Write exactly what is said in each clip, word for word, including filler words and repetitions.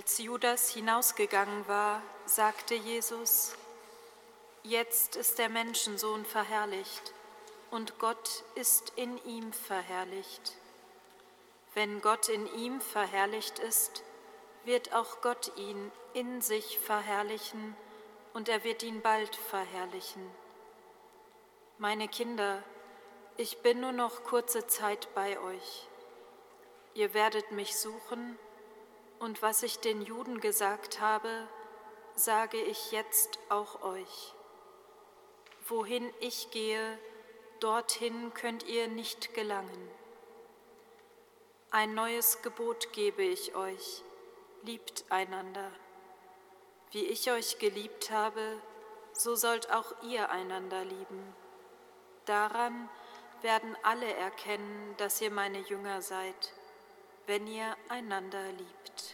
Als Judas hinausgegangen war, sagte Jesus: Jetzt ist der Menschensohn verherrlicht und Gott ist in ihm verherrlicht. Wenn Gott in ihm verherrlicht ist, wird auch Gott ihn in sich verherrlichen und er wird ihn bald verherrlichen. Meine Kinder, ich bin nur noch kurze Zeit bei euch. Ihr werdet mich suchen, und was ich den Juden gesagt habe, sage ich jetzt auch euch. Wohin ich gehe, dorthin könnt ihr nicht gelangen. Ein neues Gebot gebe ich euch: Liebt einander. Wie ich euch geliebt habe, so sollt auch ihr einander lieben. Daran werden alle erkennen, dass ihr meine Jünger seid, wenn ihr einander liebt.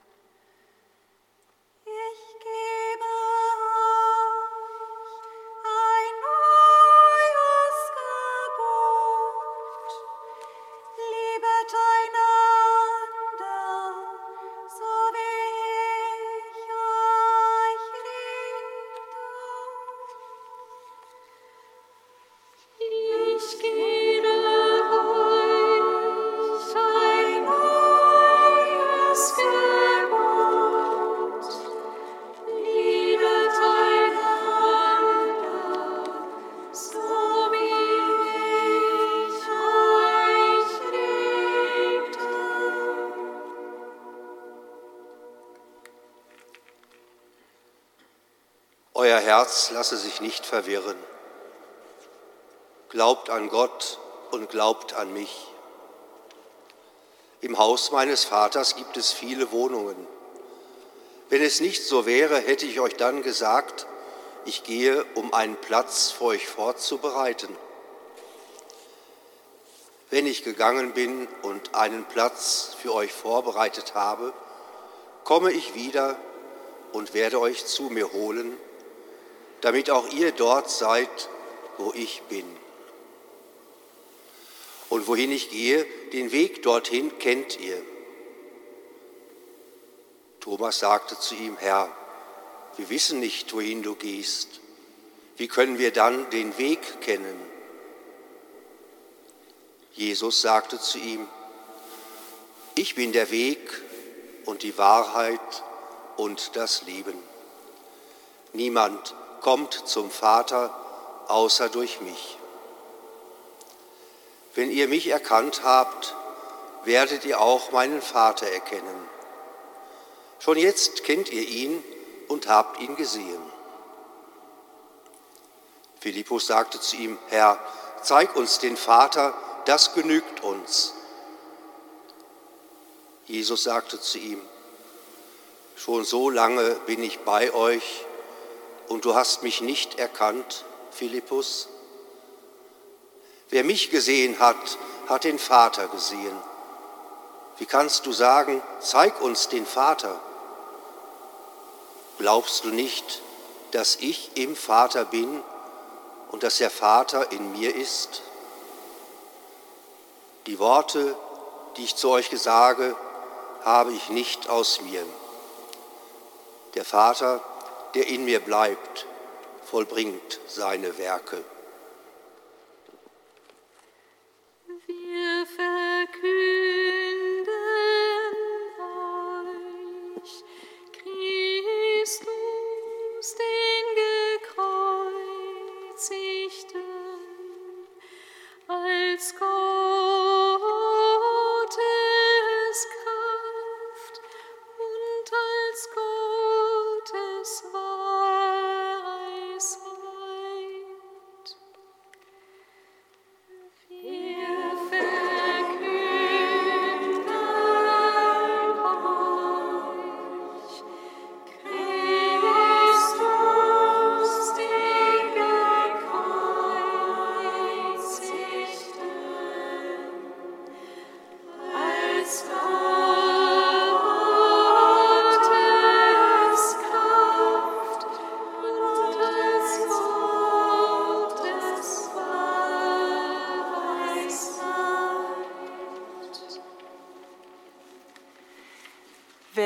Ich gebe euch ein neues Gebot: Liebet einander, so wie ich euch liebte. Ich gebe euch ein neues Gebot: Liebet einander, so wie ich euch liebte. Euer Herz lasse sich nicht verwirren. Glaubt an Gott und glaubt an mich. Im Haus meines Vaters gibt es viele Wohnungen. Wenn es nicht so wäre, hätte ich euch dann gesagt, ich gehe, um einen Platz für euch vorzubereiten. Wenn ich gegangen bin und einen Platz für euch vorbereitet habe, komme ich wieder und werde euch zu mir holen, damit auch ihr dort seid, wo ich bin. Und wohin ich gehe, den Weg dorthin kennt ihr. Thomas sagte zu ihm: Herr, wir wissen nicht, wohin du gehst. Wie können wir dann den Weg kennen? Jesus sagte zu ihm: Ich bin der Weg und die Wahrheit und das Leben. Niemand kommt zum Vater außer durch mich. Wenn ihr mich erkannt habt, werdet ihr auch meinen Vater erkennen. Schon jetzt kennt ihr ihn und habt ihn gesehen. Philippus sagte zu ihm: Herr, zeig uns den Vater, das genügt uns. Jesus sagte zu ihm: Schon so lange bin ich bei euch und du hast mich nicht erkannt, Philippus? Wer mich gesehen hat, hat den Vater gesehen. Wie kannst du sagen, zeig uns den Vater? Glaubst du nicht, dass ich im Vater bin und dass der Vater in mir ist? Die Worte, die ich zu euch sage, habe ich nicht aus mir. Der Vater, der in mir bleibt, vollbringt seine Werke. Wir verkünden euch Christus, den Gekreuzigten, als Gottes Kraft und als Gottes Weisheit.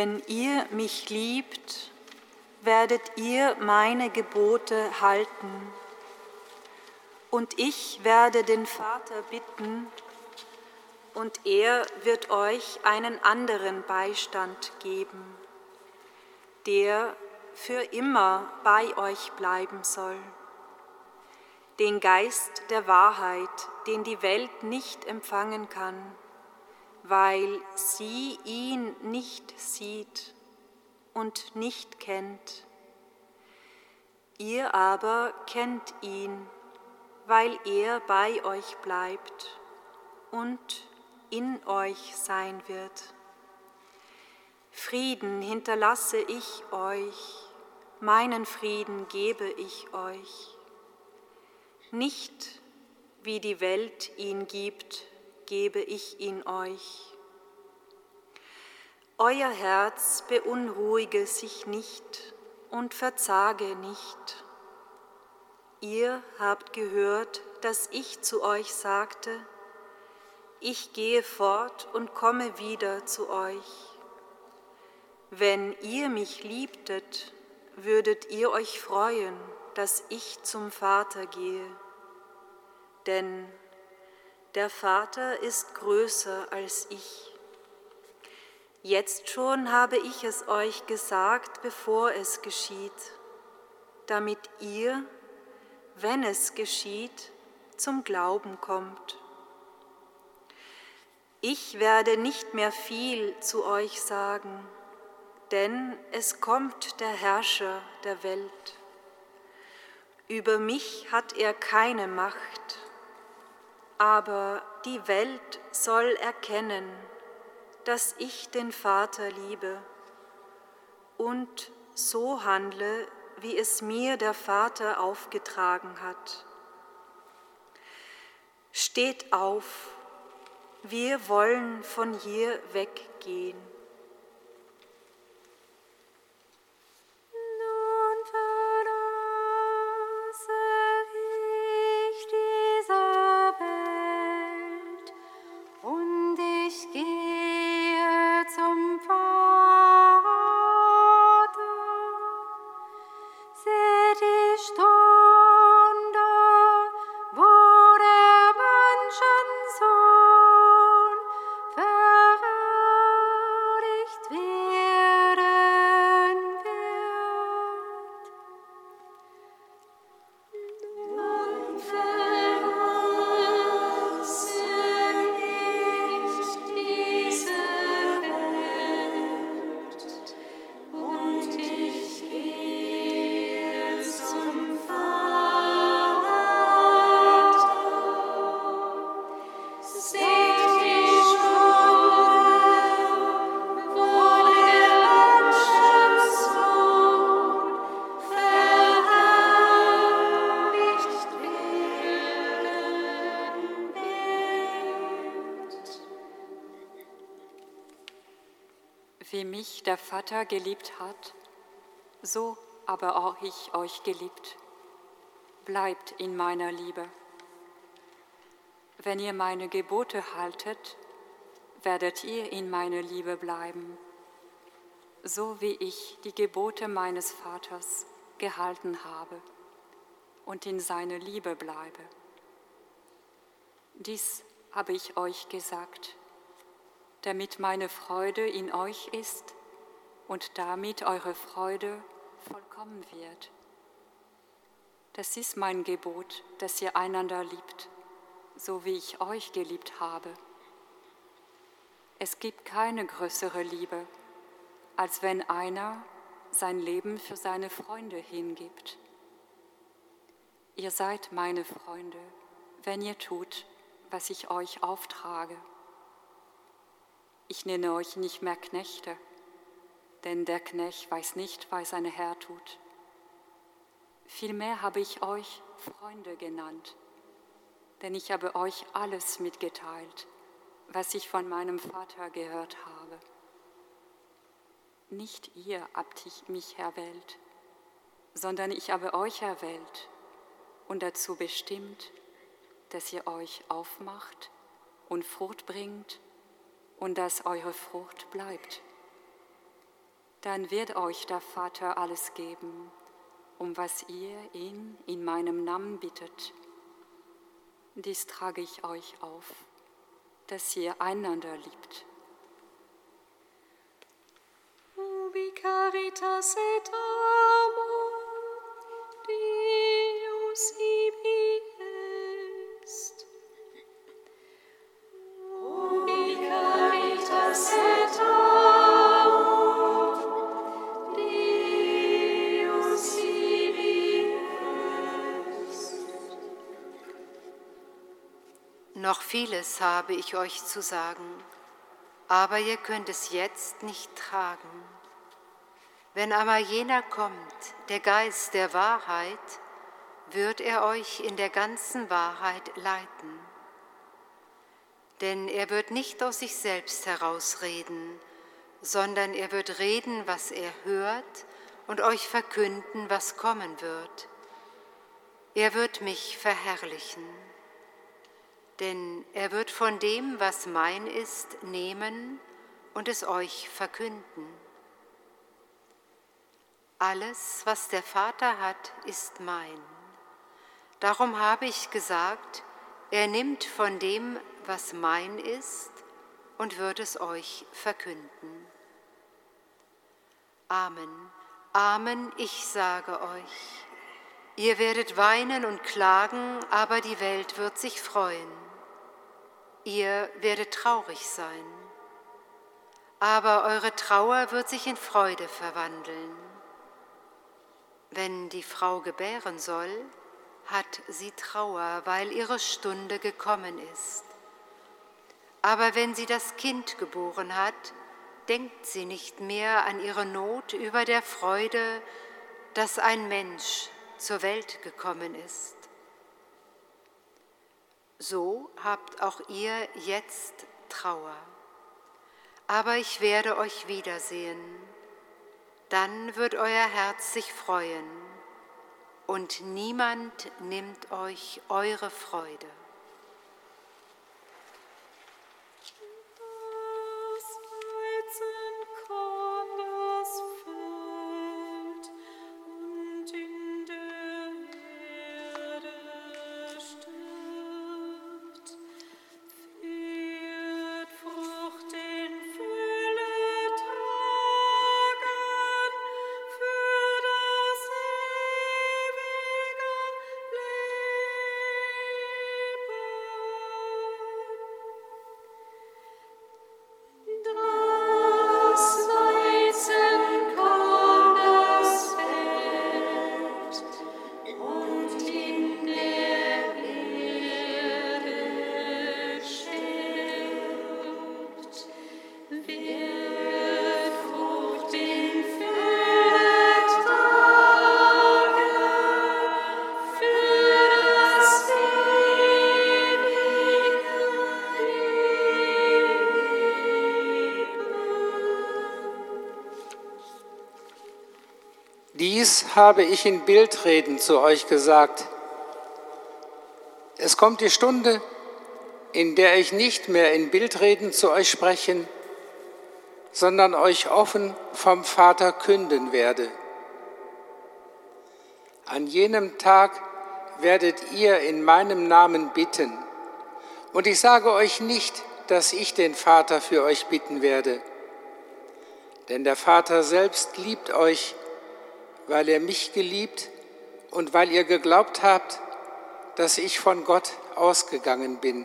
Wenn ihr mich liebt, werdet ihr meine Gebote halten. Und ich werde den Vater bitten, und er wird euch einen anderen Beistand geben, der für immer bei euch bleiben soll. Den Geist der Wahrheit, den die Welt nicht empfangen kann, weil sie ihn nicht sieht und nicht kennt. Ihr aber kennt ihn, weil er bei euch bleibt und in euch sein wird. Frieden hinterlasse ich euch, meinen Frieden gebe ich euch. Nicht wie die Welt ihn gibt, gebe ich ihn euch. Euer Herz beunruhige sich nicht und verzage nicht. Ihr habt gehört, dass ich zu euch sagte, ich gehe fort und komme wieder zu euch. Wenn ihr mich liebtet, würdet ihr euch freuen, dass ich zum Vater gehe. Denn der Vater ist größer als ich. Jetzt schon habe ich es euch gesagt, bevor es geschieht, damit ihr, wenn es geschieht, zum Glauben kommt. Ich werde nicht mehr viel zu euch sagen, denn es kommt der Herrscher der Welt. Über mich hat er keine Macht, aber die Welt soll erkennen, dass ich den Vater liebe und so handle, wie es mir der Vater aufgetragen hat. Steht auf, wir wollen von hier weggehen. Wie mich der Vater geliebt hat, so aber auch ich euch geliebt. Bleibt in meiner Liebe. Wenn ihr meine Gebote haltet, werdet ihr in meiner Liebe bleiben, so wie ich die Gebote meines Vaters gehalten habe und in seiner Liebe bleibe. Dies habe ich euch gesagt, damit meine Freude in euch ist und damit eure Freude vollkommen wird. Das ist mein Gebot, dass ihr einander liebt, so wie ich euch geliebt habe. Es gibt keine größere Liebe, als wenn einer sein Leben für seine Freunde hingibt. Ihr seid meine Freunde, wenn ihr tut, was ich euch auftrage. Ich nenne euch nicht mehr Knechte, denn der Knecht weiß nicht, was sein Herr tut. Vielmehr habe ich euch Freunde genannt, denn ich habe euch alles mitgeteilt, was ich von meinem Vater gehört habe. Nicht ihr habt mich erwählt, sondern ich habe euch erwählt und dazu bestimmt, dass ihr euch aufmacht und Frucht bringt und dass eure Frucht bleibt. dann wird euch der Vater alles geben, um was ihr ihn in meinem Namen bittet. Dies trage ich euch auf, dass ihr einander liebt. Ubi caritas et amor Deus ibi est. Ubi caritas et amor Deus ibi est. Noch vieles habe ich euch zu sagen, aber ihr könnt es jetzt nicht tragen. Wenn aber jener kommt, der Geist der Wahrheit, wird er euch in der ganzen Wahrheit leiten. Denn er wird nicht aus sich selbst herausreden, sondern er wird reden, was er hört, und euch verkünden, was kommen wird. Er wird mich verherrlichen. Denn er wird von dem, was mein ist, nehmen und es euch verkünden. Alles, was der Vater hat, ist mein. Darum habe ich gesagt, er nimmt von dem, was mein ist, und wird es euch verkünden. Amen, Amen, ich sage euch. Ihr werdet weinen und klagen, aber die Welt wird sich freuen. Ihr werdet traurig sein, aber eure Trauer wird sich in Freude verwandeln. Wenn die Frau gebären soll, hat sie Trauer, weil ihre Stunde gekommen ist. Aber wenn sie das Kind geboren hat, denkt sie nicht mehr an ihre Not über der Freude, dass ein Mensch zur Welt gekommen ist. So habt auch ihr jetzt Trauer. Aber ich werde euch wiedersehen. Dann wird euer Herz sich freuen und niemand nimmt euch eure Freude. Dies habe ich in Bildreden zu euch gesagt. Es kommt die Stunde, in der ich nicht mehr in Bildreden zu euch sprechen, sondern euch offen vom Vater künden werde. An jenem Tag werdet ihr in meinem Namen bitten. Und ich sage euch nicht, dass ich den Vater für euch bitten werde. Denn der Vater selbst liebt euch, weil er mich geliebt und weil ihr geglaubt habt, dass ich von Gott ausgegangen bin.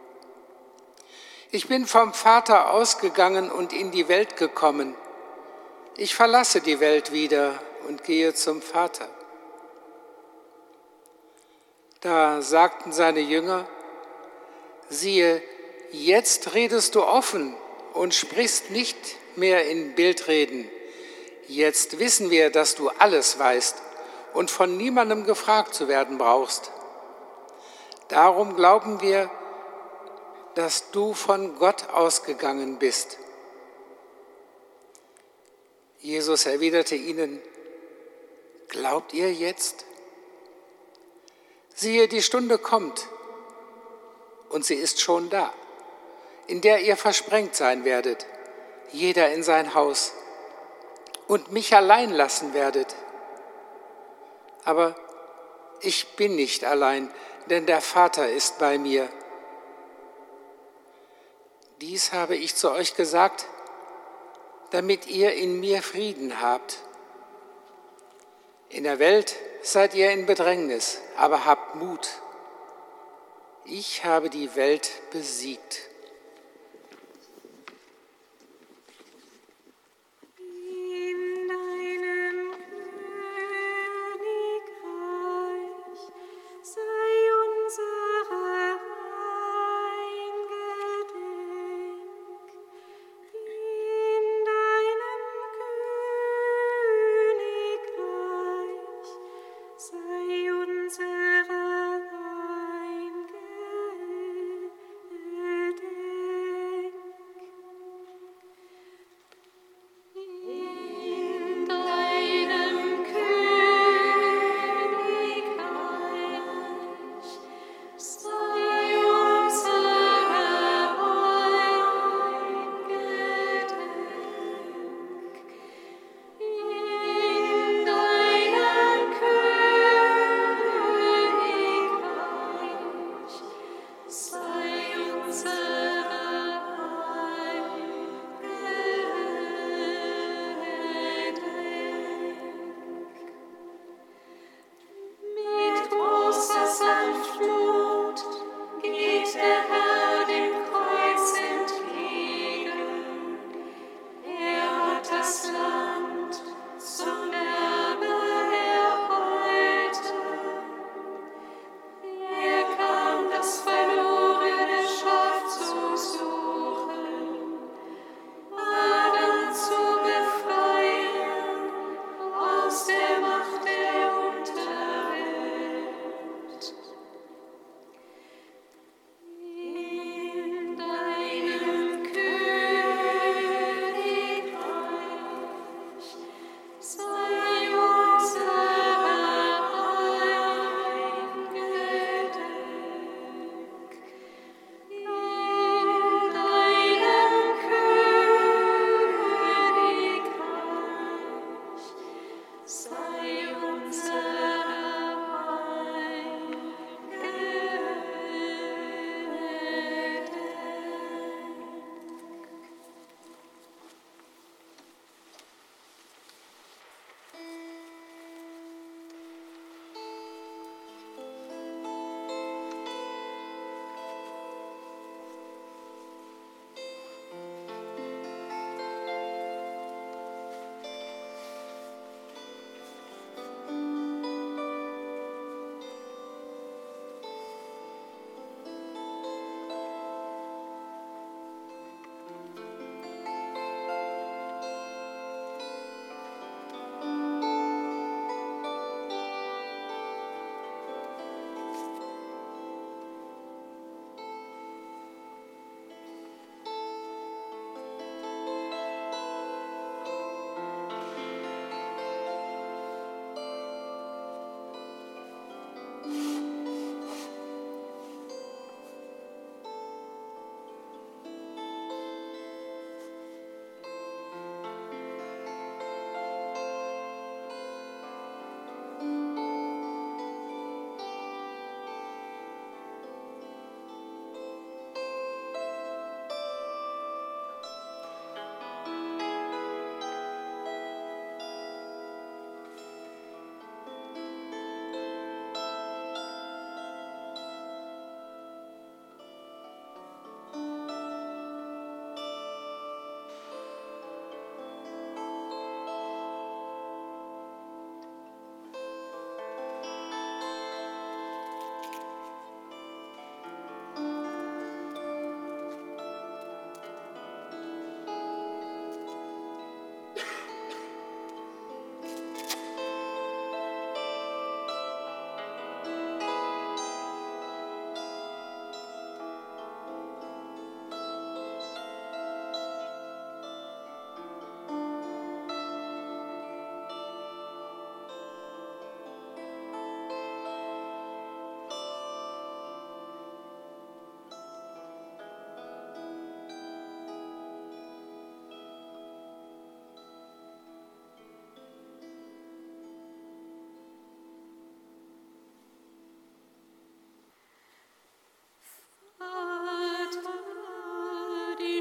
Ich bin vom Vater ausgegangen und in die Welt gekommen. Ich verlasse die Welt wieder und gehe zum Vater. Da sagten seine Jünger: Siehe, jetzt redest du offen und sprichst nicht mehr in Bildreden. Jetzt wissen wir, dass du alles weißt und von niemandem gefragt zu werden brauchst. Darum glauben wir, dass du von Gott ausgegangen bist. Jesus erwiderte ihnen: Glaubt ihr jetzt? Siehe, die Stunde kommt, und sie ist schon da, in der ihr versprengt sein werdet, jeder in sein Haus. und mich allein lassen werdet. Aber ich bin nicht allein, denn der Vater ist bei mir. Dies habe ich zu euch gesagt, damit ihr in mir Frieden habt. In der Welt seid ihr in Bedrängnis, aber habt Mut. Ich habe die Welt besiegt. Sei unser Reich gedenkt.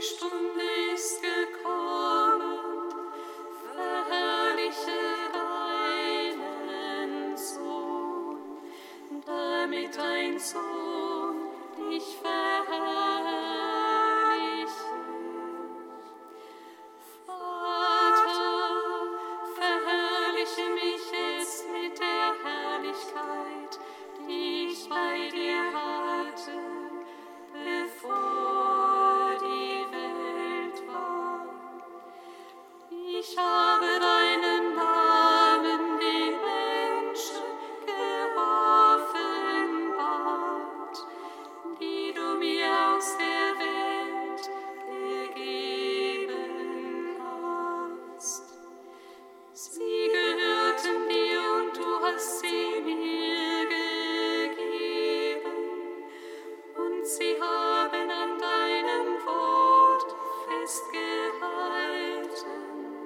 Stunde ist gekommen, verherrliche deinen Sohn, damit dein Sohn dich verherrliche. Vater, verherrliche mich jetzt mit der Herrlichkeit, die ich bei dir hatte, bevor die Welt war. Ich habe deinen Namen den Menschen geoffenbart, die du mir aus der Welt gegeben hast. Sie gehörten dir und du hast sie mir gegeben, und sie haben an deinem Wort festgehalten.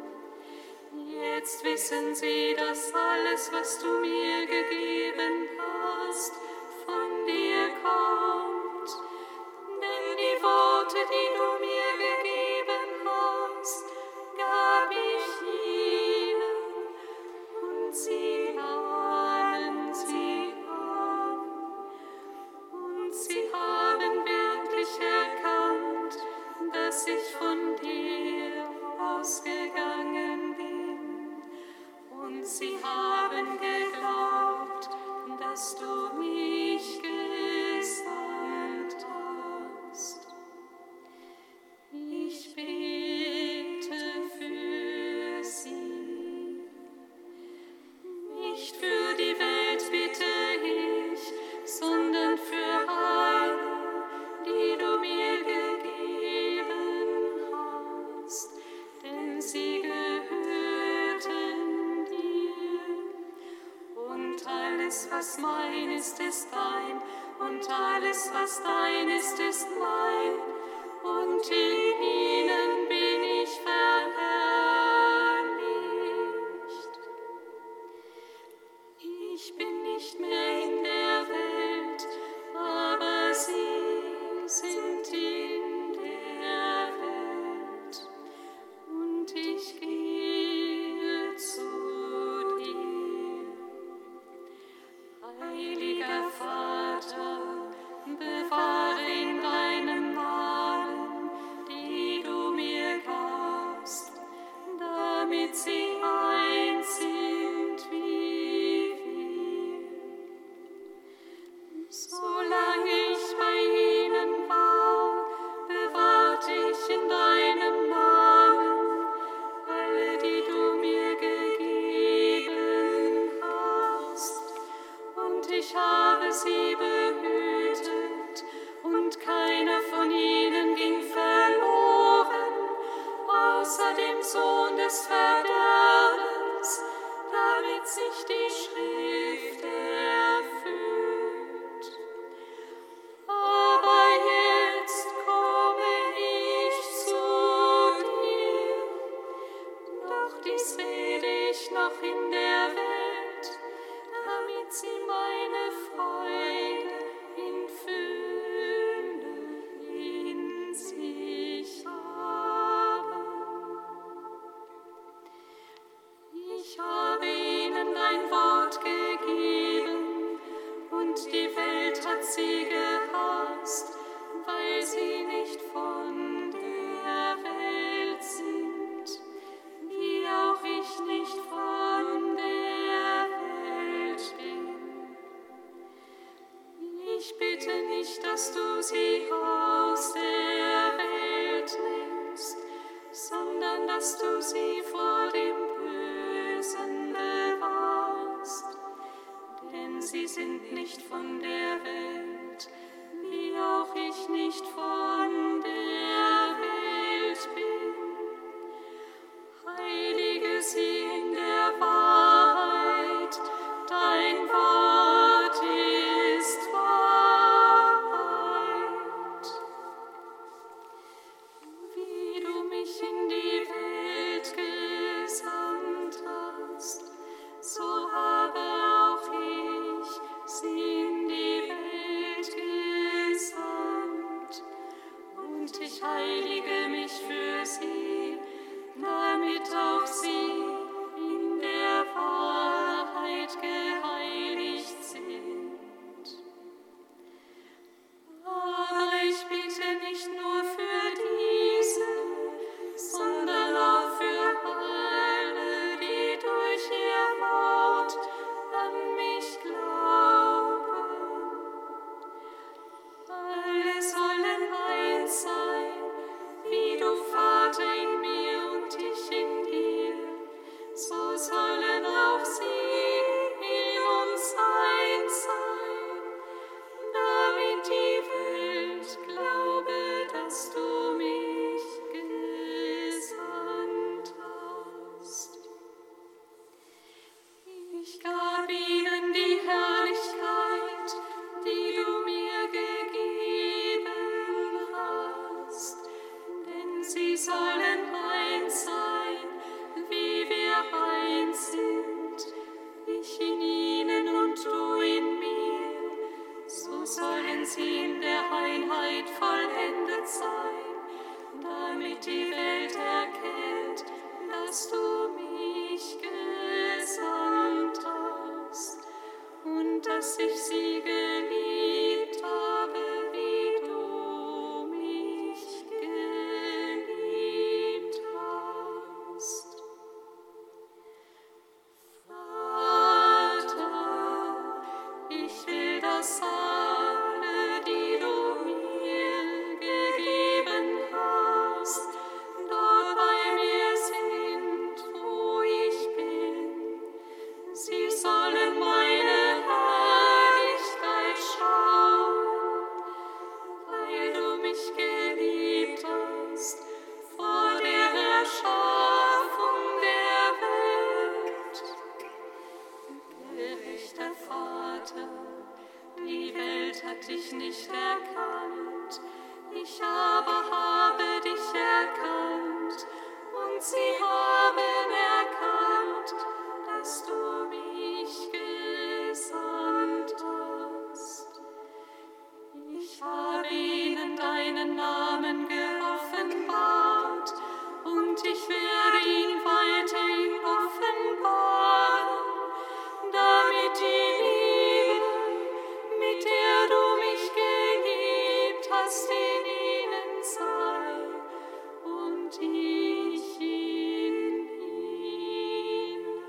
Jetzt wissen sie, dass alles, was du mir gegeben hast, von dir kommt. Denn die Worte, die du mir gegeben hast, gab ich ihnen, und sie nahmen sie an. Und sie haben wirklich erkannt, dass ich von dir ausgegangen bin. Und sie haben geglaubt, dass du mich gesandt hast. Ich bete für sie. Nicht für die Welt bitte ich, sondern für alle, die du mir gegeben hast, denn sie gehörten dir. Und alles, was mein ist, ist dein, und alles, was dein ist, ist mein, und in ihnen bin ich verherrlicht. Ich bin nicht mehr in der Welt, aber sie sind in der Welt, und ich gehe zu dir. Heiliger Vater, bewahre in deinem Namen, die du mir gabst, damit sie eins sind wie wir. Solange ich bei ihnen war, bewahrte ich in deinem Namen alle, die du mir gegeben hast. Und ich habe sie behütet, und keiner von ihnen ging verloren, außer dem Sohn des Verderbens, damit sich die Schrift erfüllt. Aber jetzt komme ich zu dir, doch dies rede ich noch in der Welt, damit sie meine Freude in Fülle in sich haben. Ich habe ihnen dein Wort gegeben, und die Welt hat sie gehasst, weil sie nicht von der Welt sind, wie auch ich nicht von der Welt bin. Ich bitte nicht, dass du sie aus der Welt nimmst, sondern dass du sie vor dem Bösen bewahrst. Denn sie sind nicht von der Welt, wie auch ich nicht von der Welt bin. Heilige sie in der Wahrheit, dein Wort ist Wahrheit. Wie du mich in die Welt gesandt hast, so habe auch ich sie in die Welt gesandt. Und ich Zeit vollendet sein, damit die Welt erkennt, dass du mich gesandt hast und dass ich sie geliebt habe, wie du mich geliebt hast. Vater, ich will, dass alle, die du mir gegeben hast, dort bei mir sind, wo ich bin. Sie sollen meine Herrlichkeit schauen, weil du mich geliebt hast vor der Erschaffung der Welt. Gerechter Vater, die Welt hat dich nicht erkannt, ich aber habe dich erkannt, und sie haben erkannt, dass du mich gesandt hast. Ich habe ihnen deinen Namen geoffenbart, und ich werde ihn weiterhin offenbaren, damit die Liebe, mit der du mich geliebt hast, in ihnen sei und ich in ihnen.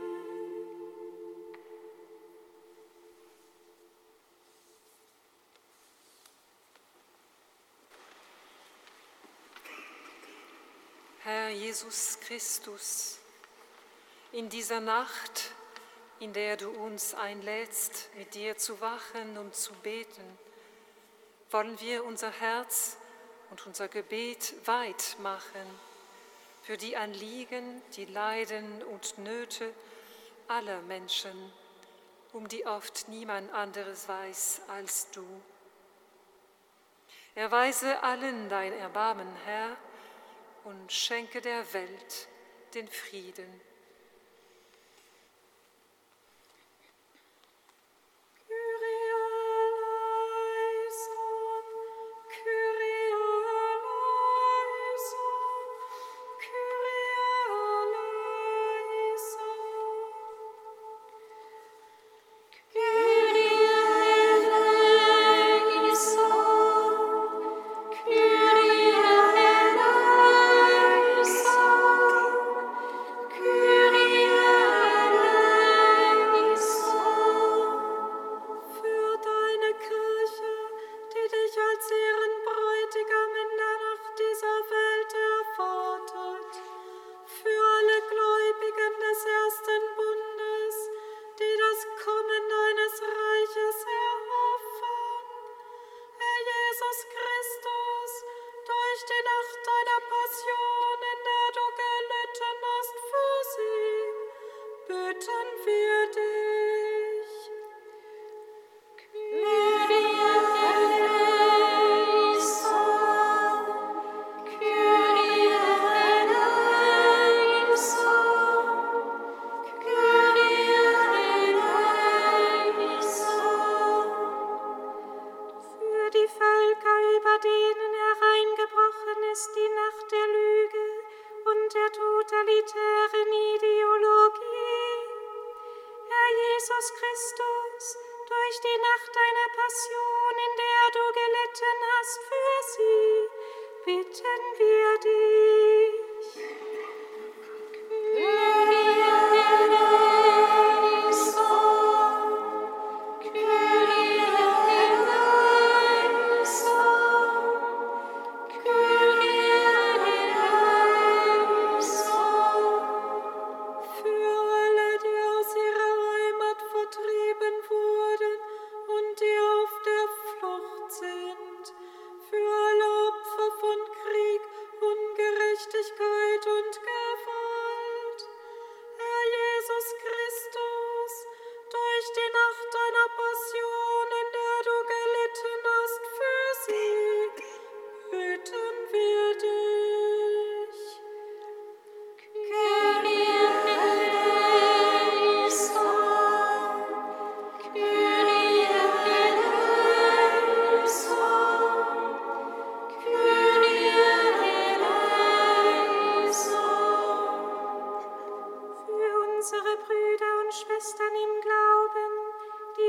Herr Jesus Christus, in dieser Nacht, in der du uns einlädst, mit dir zu wachen und zu beten, wollen wir unser Herz und unser Gebet weit machen für die Anliegen, die Leiden und Nöte aller Menschen, um die oft niemand anderes weiß als du. Erweise allen dein Erbarmen, Herr, und schenke der Welt den Frieden. Gerechtigkeit und Gewalt,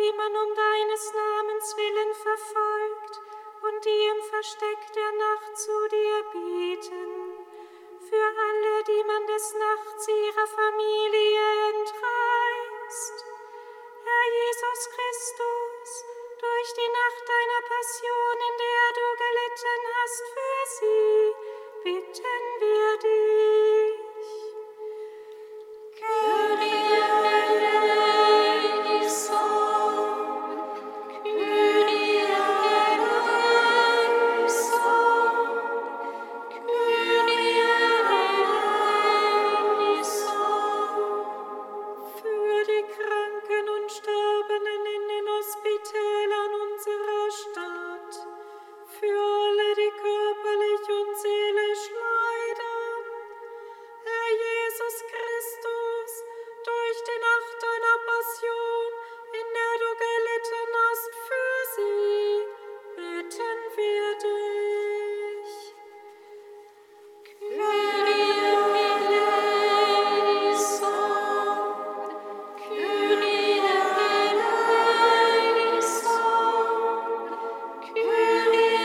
die man um deines Namens willen verfolgt und die im Versteck der Nacht zu dir beten. Für alle, die man des Nachts ihrer Familie entreißt. Herr Jesus Christus, durch die Nacht deiner Passion, in der du gelitten hast für sie, bitten wir dich. Kyrie eleison, Kyrie eleison, Kyrie eleison. Für die Kranken und Sterbenden in den Hospitälern unserer Stadt, für alle, die körperlich und seelisch leiden. Herr Jesus Christus, durch die Nacht deiner Passion, in der du gelitten hast für sie, bitten wir dich. Kyrie eleison, Kyrie eleison, Kyrie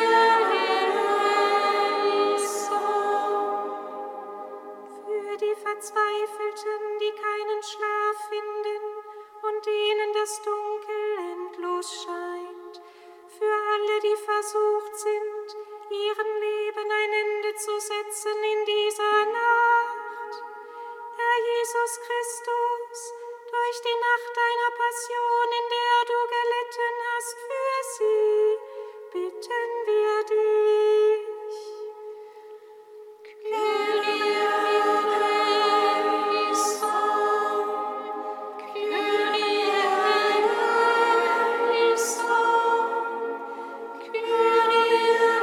eleison. Für die Verzweifelten, die keinen Schlaf finden und denen das Dunkel endlos scheint. Für alle, die versucht sind, ihrem Leben ein Ende zu setzen in dieser Nacht. Herr Jesus Christus, durch die Nacht deiner Passion, in der du gelitten hast für sie, bitten wir dich. Kyrie eleison, Kyrie eleison, Kyrie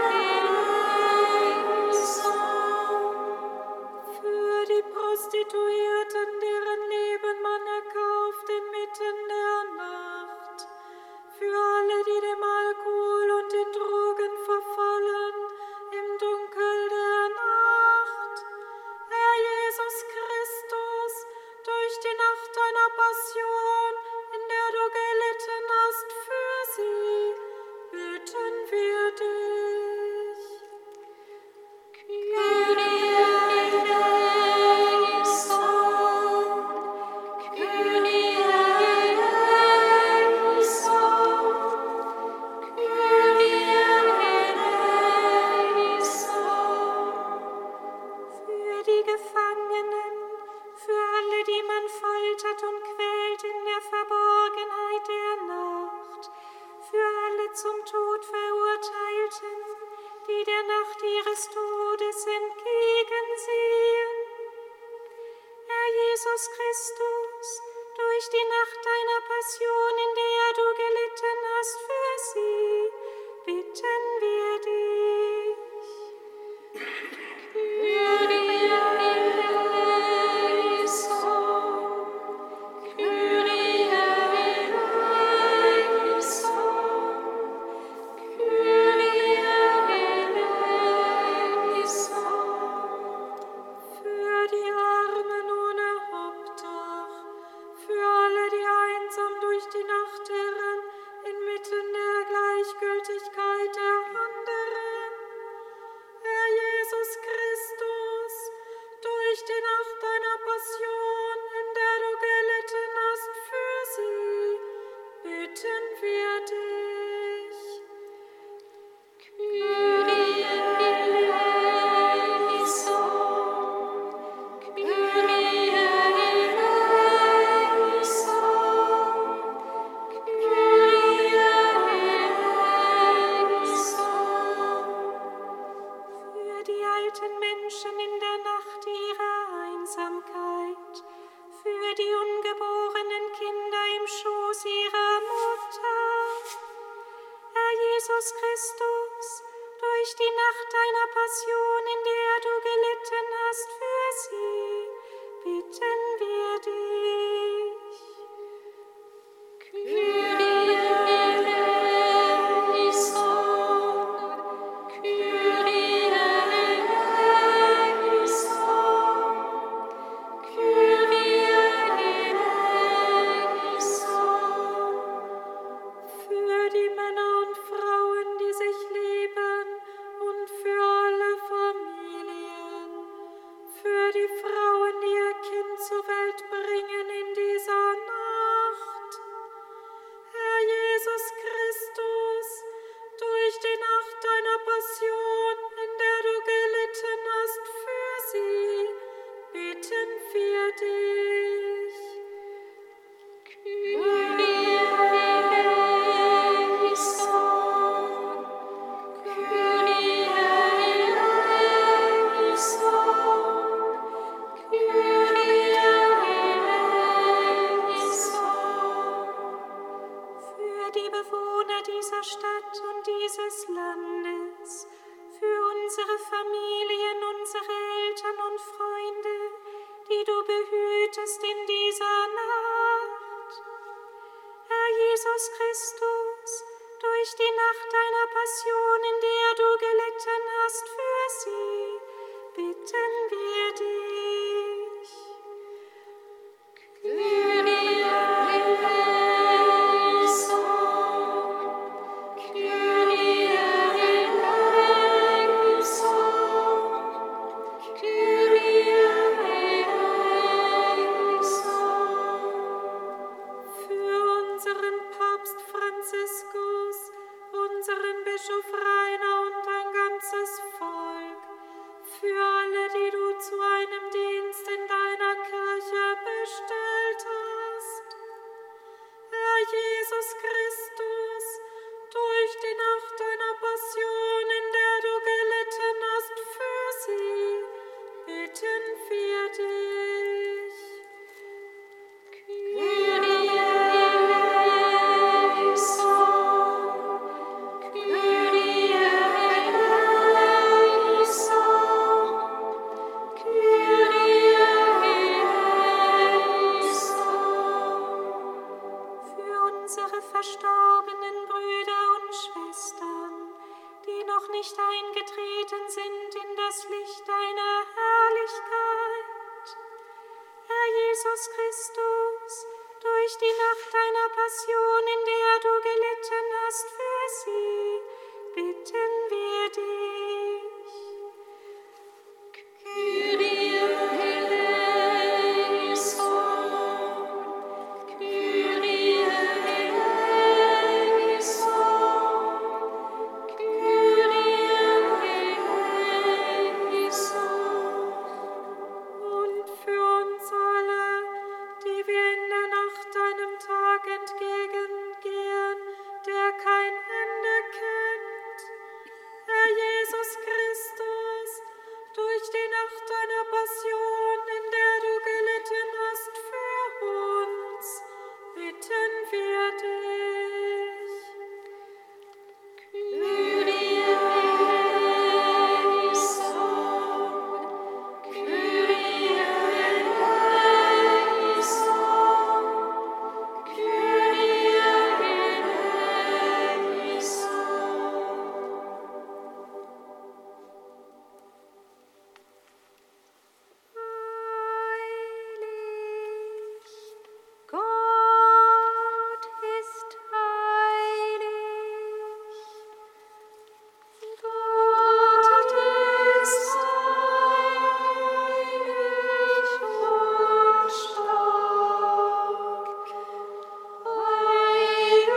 eleison. Für die Prostituierten, deren Leben man erkauft inmitten der Nacht. Für alle, die dem Alkohol und den Drogen verfallen, im Dunkel der Nacht. Herr Jesus Christus, durch die Nacht deiner Passion, in der du gelitten hast für sie, bitten wir dich. Kyrie eleison, Kyrie eleison, Kyrie eleison. Für die Gefangenen, für alle, die man foltert und quält in der Verborgenheit der Nacht, für alle zum Tod Verurteilten, die der Nacht ihres Todes entgegensehen. Herr Jesus Christus, durch die Nacht deiner Passion, in der du gelitten hast für sie, bitten wir dich. Kyrie eleison, Kyrie eleison, Kyrie eleison. Für die Armen ohne Obdach, für alle, die einsam durch die Nacht irren, inmitten der Gleichgültigkeit der anderen. Herr Jesus Christus, durch die Nacht deiner Passion, in der du gelitten hast für sie, bitten wir dich. Kyrie eleison, Kyrie eleison, Kyrie eleison. Für die alten Menschen in der Nacht ihrer Einsamkeit, für die ungeborenen Kinder im Schoß ihrer Mutter. Herr Jesus Christus, durch die Nacht deiner Passion, in der du gelitten hast für sie, bitten wir dich. Kyrie eleison, Kyrie eleison, Kyrie eleison. die Bewohner dieser Stadt und dieses Landes, für unsere Familien, unsere Eltern und Freunde, die du behütest in dieser Nacht. Herr Jesus Christus, durch die Nacht deiner Passion, in der du gelitten hast für sie, bitten wir dich. Kyrie eleison, Kyrie eleison, Kyrie eleison. Für unseren Papst Franziskus, unseren Bischof Rainer und ein ganzes Volk, für alle, die du zu einem Dienst in deiner Kirche bestellt hast. Herr Jesus Christus, durch die Nacht deiner Passion, in der du gelitten hast für sie, bitten wir dich. Kyrie eleison, Kyrie eleison, Kyrie eleison. Für unsere verstorbenen Brüder und Schwestern, die noch nicht eingetreten sind in das Licht deiner Herrlichkeit. Herr Jesus Christus, durch die Nacht deiner Passion, in der du gelitten hast für sie, bitten wir dich. Kyrie eleison, Kyrie eleison, Kyrie eleison. Und für uns alle, die wir in der Nacht deinem Tag entgegengehen, der kein Ende kennt. Herr Jesus Christus, durch die Nacht deiner Passion, in der du gelitten hast für uns, bitten wir dich. Kyrie eleison, Kyrie eleison, Kyrie eleison. Heilig, Gott ist heilig. Gott ist heilig und stark. Heilig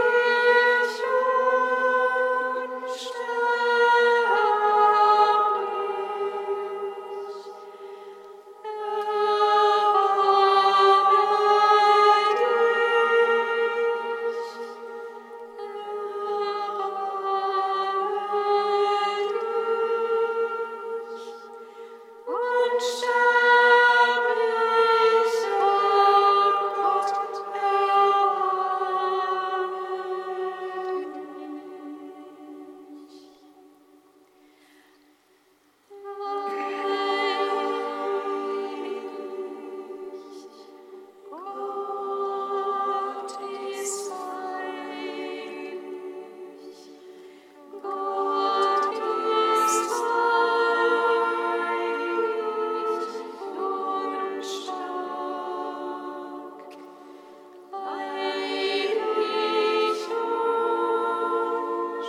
und sterblich. Gott ist heilig. Gott ist heilig und stark. Heilig und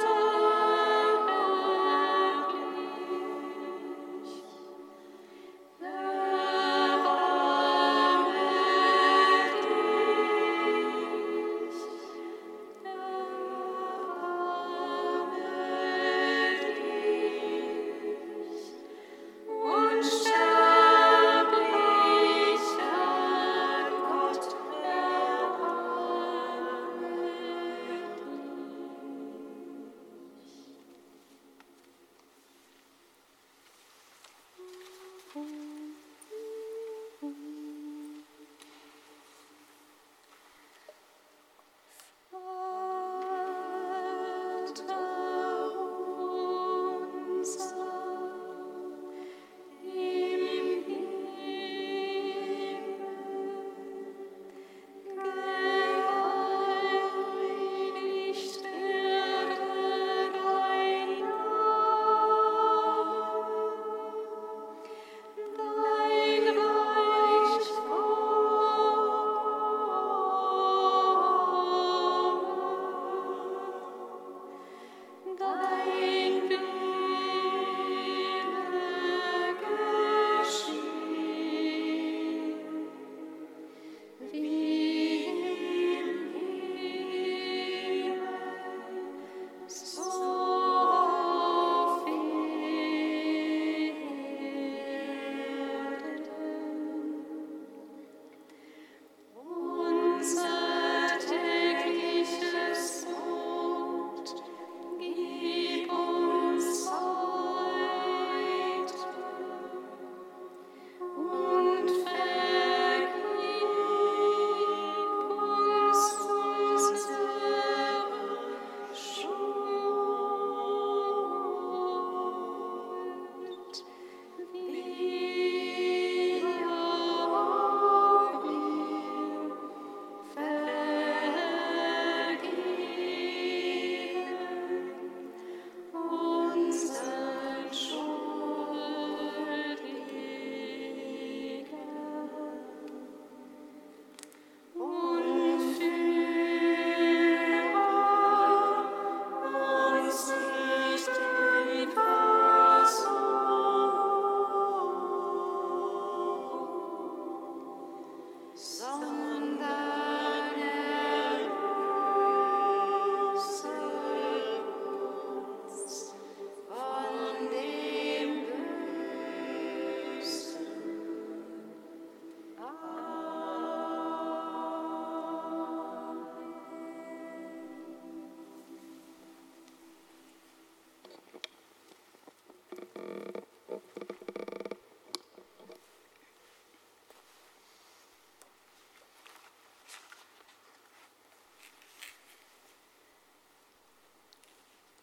und sterblicher Gott erbarme dich.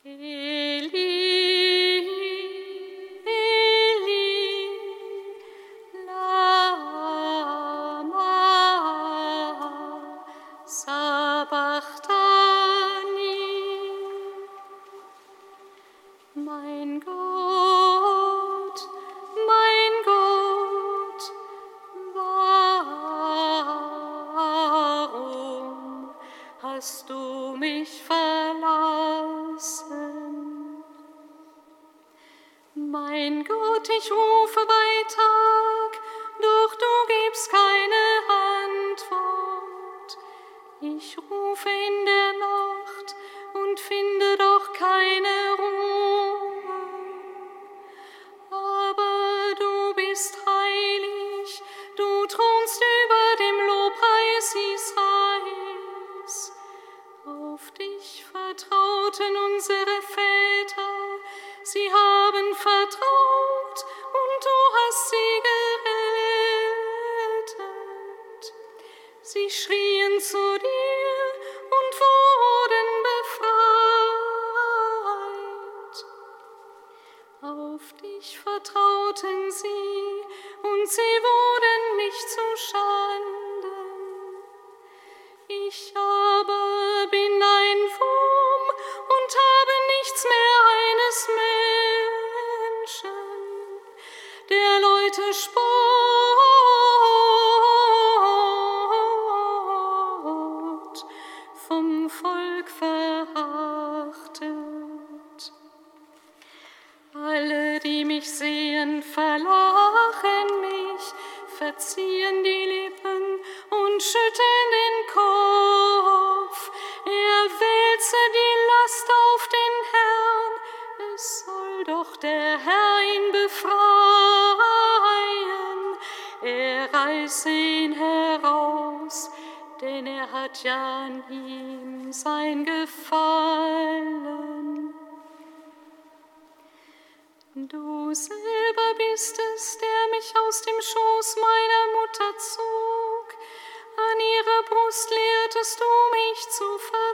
Du selber bist es, der mich aus dem Schoß meiner Mutter zog. An ihrer Brust lehrtest du mich zu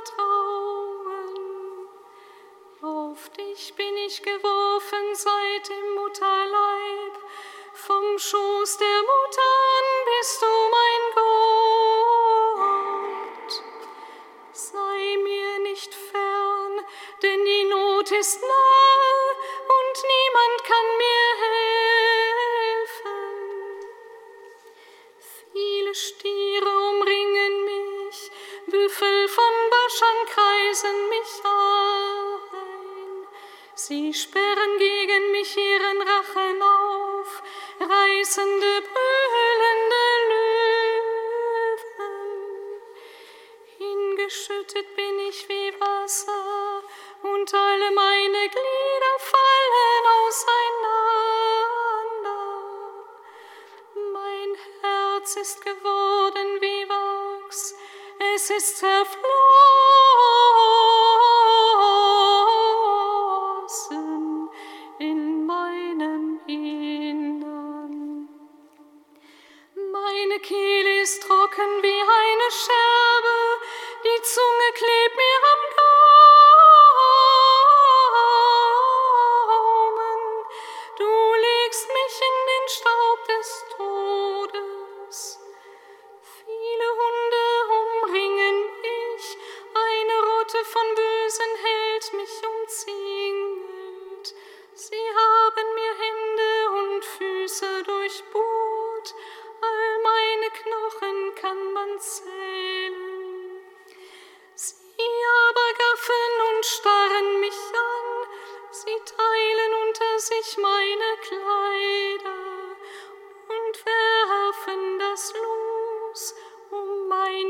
vertrauen. Auf dich bin ich geworfen seit dem Mutterleib. Vom Schoß der Mutter an bist du mein Gott. Sei mir nicht fern, denn die Not ist nahe und niemand kann mir helfen. Viele Stiere umringen mich, Büffel von Baschan kreisen mich ein. Sie sperren gegen mich ihren Rachen auf, reißende, brüllende Löwen. Hingeschüttet bin ich wie Wasser, und alle meine Glieder fallen auseinander. Mein Herz ist geworden wie Wachs, es ist zerflossen in meinem Innern. Meine Kehle ist trocken wie eine Scherbe, die Zunge klebt mir am Gaumen. Du legst mich in den Staub des Todes. Viele Hunde umringen mich, eine Rotte von Bösen hält mich umzingelt. Sie haben mir Hände und Füße durchbohrt, all meine Knochen kann man zählen. Sie aber gaffen und starren mich an, sie teilen unter sich meine Kleider und werfen das Los um mein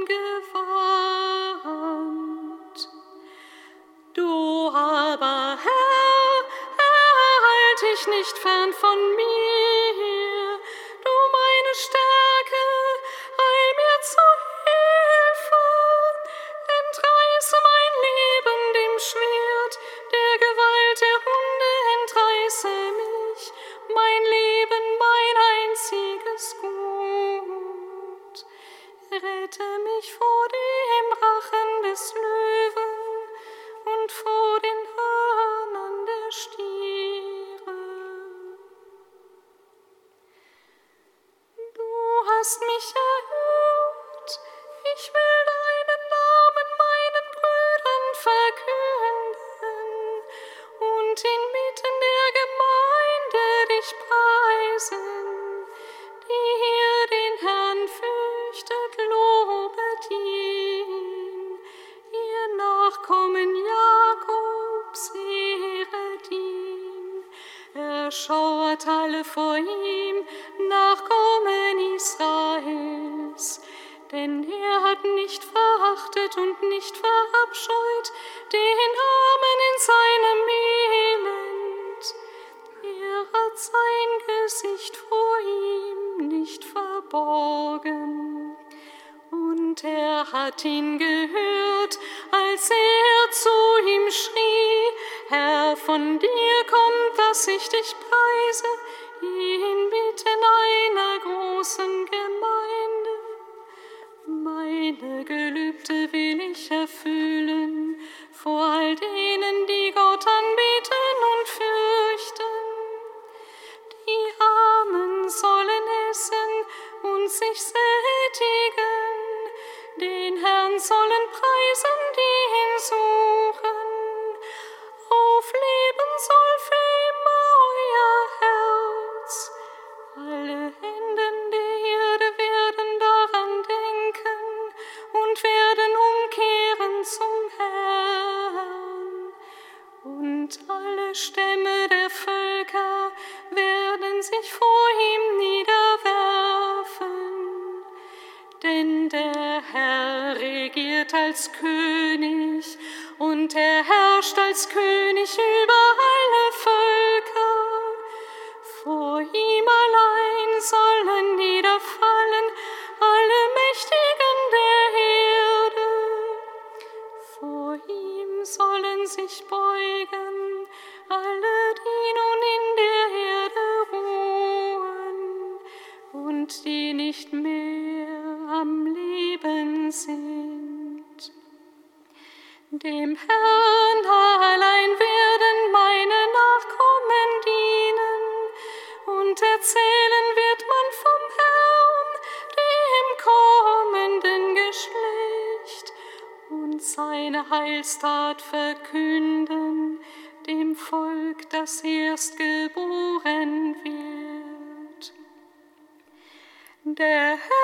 Gewand. Du aber, Herr, erhalt dich nicht fern von mir, du meine Stärke, eil mir zu Hilfe, entreiße mein Leben dem Schwert, der Gewalt der Hunde entreiße mich, mein Leben, mein einziges Gut. Rette mich vor dem Rachen des Löwen und vor den Hörnern verkünden und inmitten der Gemeinde dich preisen. Die hier den Herrn fürchtet, lobet ihn. Ihr Nachkommen Jakobs, ehret ihn. Er schauert alle vor ihm, Nachkommen Israels. Denn er hat nicht verachtet und nicht verabscheut den Armen in seinem Elend. Er hat sein Gesicht vor ihm nicht verborgen. Und er hat ihn gehört, als er zu ihm schrie: Herr, von dir kommt, dass ich dich preise, inmitten einer großen Gemeinde. Meine Gelübde will ich erfüllen vor all denen, die Gott anbeten und fürchten. Die Armen sollen essen und sich sättigen, den Herrn sollen preisen, die ihn suchen. Aufleben soll für immer euer Herz. Alle Enden der Erde werden daran denken und werden umkehren zum Herrn. Und alle Stämme der Völker werden sich vor ihm niederwerfen. Denn der Herr regiert als König und er herrscht als König über alle Völker. Vor ihm allein sollen niederfallen alle Mächtigen der Erde. Vor ihm sollen sich beugen alle, die nun in der Erde ruhen und die nicht mehr am Leben sind. Dem Herrn allein werden meine Nachkommen dienen, und erzählen wird man vom Herrn, dem kommenden Geschlecht, und seine Heilstat verkünden dem Volk, das erst geboren wird. Der Herr